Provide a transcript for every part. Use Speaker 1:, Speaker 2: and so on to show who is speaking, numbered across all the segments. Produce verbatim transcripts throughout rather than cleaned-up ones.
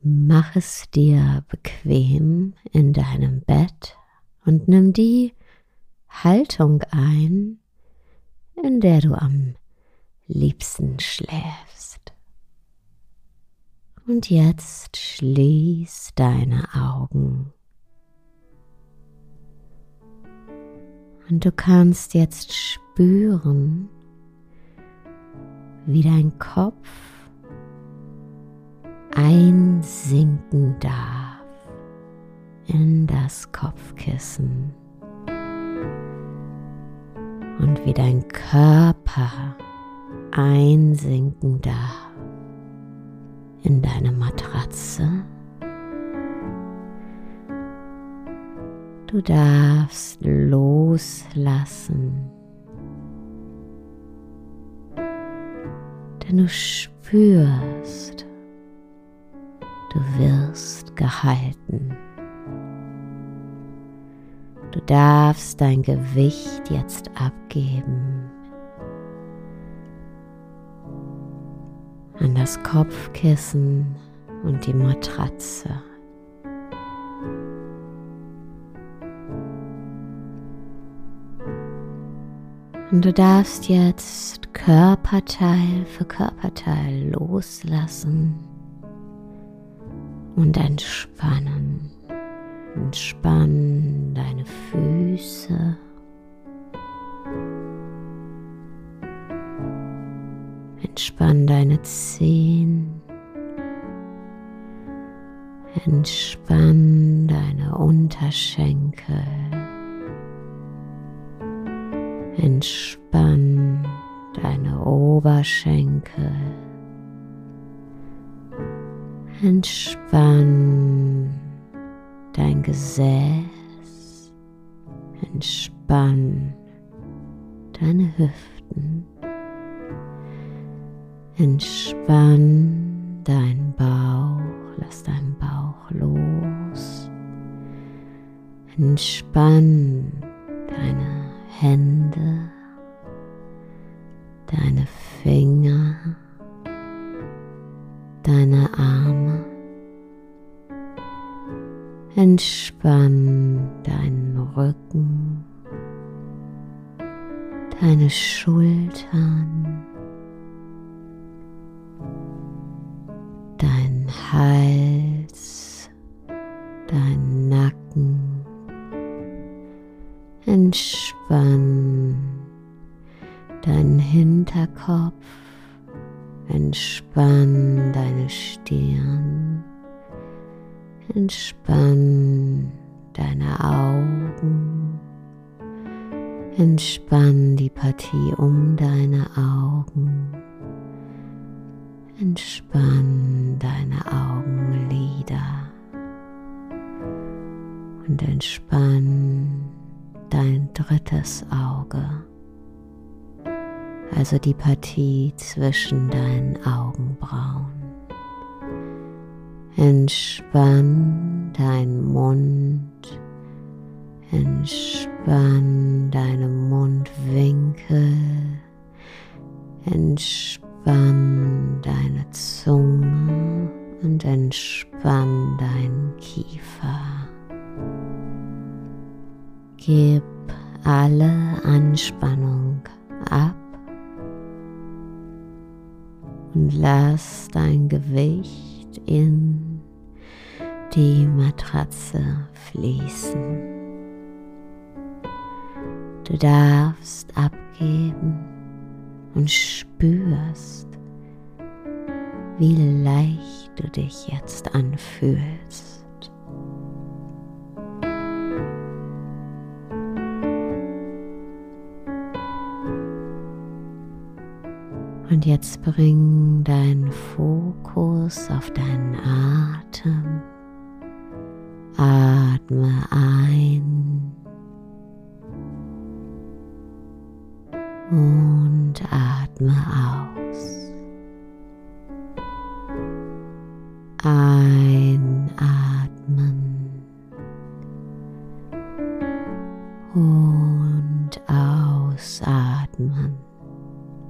Speaker 1: Mach es dir bequem in deinem Bett und nimm die Haltung ein, in der du am liebsten schläfst. Und jetzt schließ deine Augen. Und du kannst jetzt spüren, wie dein Kopf einsinken darf in das Kopfkissen und wie dein Körper einsinken darf in deine Matratze. Du darfst loslassen, denn du spürst, du wirst gehalten. Du darfst dein Gewicht jetzt abgeben an das Kopfkissen und die Matratze. Und du darfst jetzt Körperteil für Körperteil loslassen und entspannen. Entspann deine Füße. Entspann deine Zehen. Entspann deine Unterschenkel. Entspann deine Oberschenkel. Entspann dein Gesäß, entspann deine Hüften, entspann deinen Bauch, lass deinen Bauch los, entspann deine Hände, deine Finger, deine Arme. Entspann deinen Rücken, deine Schultern, deinen Hals, deinen Nacken. Entspann deinen Hinterkopf, entspann deine Stirn. Entspann deine Augen, entspann die Partie um deine Augen, entspann deine Augenlider und entspann dein drittes Auge, also die Partie zwischen deinen Augenbrauen. Entspann deinen Mund, entspann deine Mundwinkel, entspann deine Zunge und entspann deinen Kiefer. Gib alle Anspannung ab und lass dein Gewicht in die Matratze fließen. Du darfst abgeben und spürst, wie leicht du dich jetzt anfühlst. Und jetzt bring deinen Fokus auf deinen Atem. Atme ein und atme aus. Einatmen und ausatmen.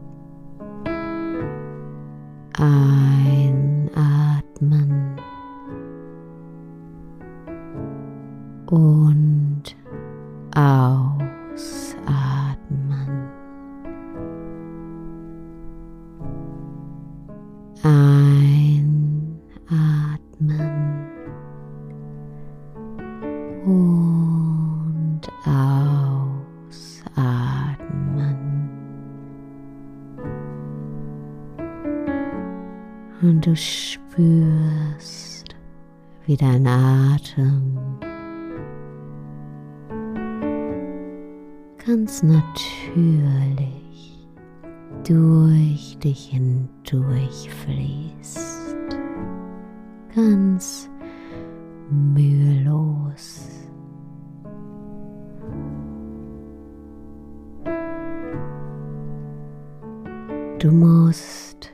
Speaker 1: Einatmen und ausatmen. Einatmen und ausatmen. Und du spürst, wie dein Atem ganz natürlich durch dich hindurch fließt, ganz mühelos. Du musst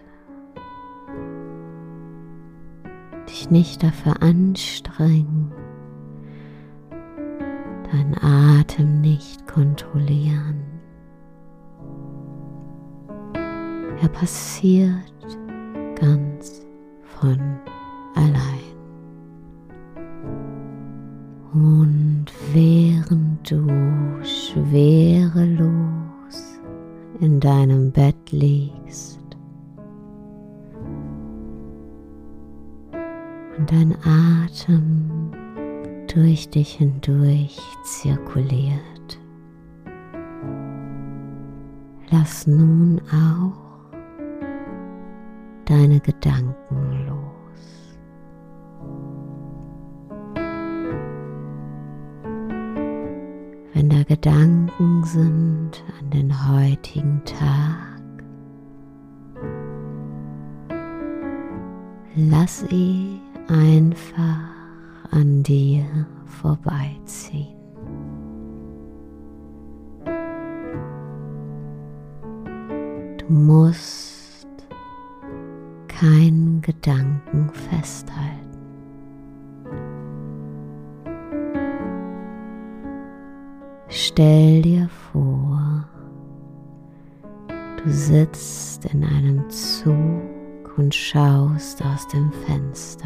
Speaker 1: dich nicht dafür anstrengen, deinen Atem nicht kontrollieren. Er passiert ganz von allein. Und während du schwerelos in deinem Bett liegst und dein Atem durch dich hindurch zirkuliert, lass nun auch deine Gedanken los. Wenn da Gedanken sind an den heutigen Tag, lass sie einfach an dir vorbeiziehen. Du musst keinen Gedanken festhalten. Stell dir vor, du sitzt in einem Zug und schaust aus dem Fenster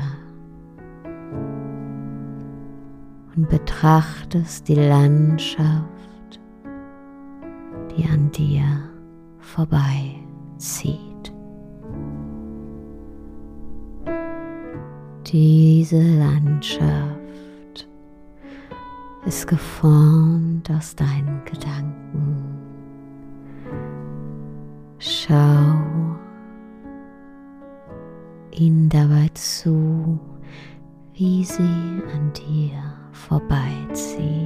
Speaker 1: und betrachtest die Landschaft, die an dir vorbeizieht. Diese Landschaft ist geformt aus deinen Gedanken. Schau ihnen dabei zu, wie sie an dir vorbeiziehen.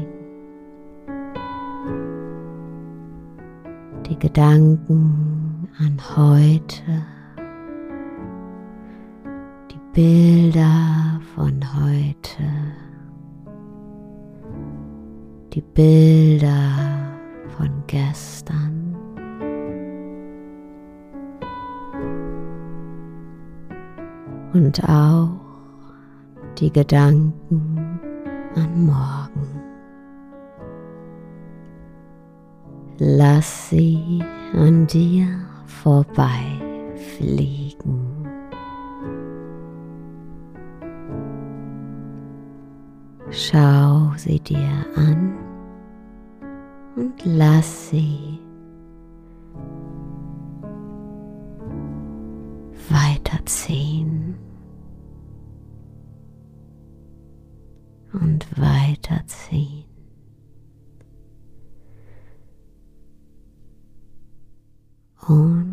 Speaker 1: Die Gedanken an heute, die Bilder von heute, die Bilder von gestern, und auch die Gedanken an morgen. Lass sie an dir vorbeifliegen. Schau sie dir an und lass sie weiterziehen und weiterziehen. Und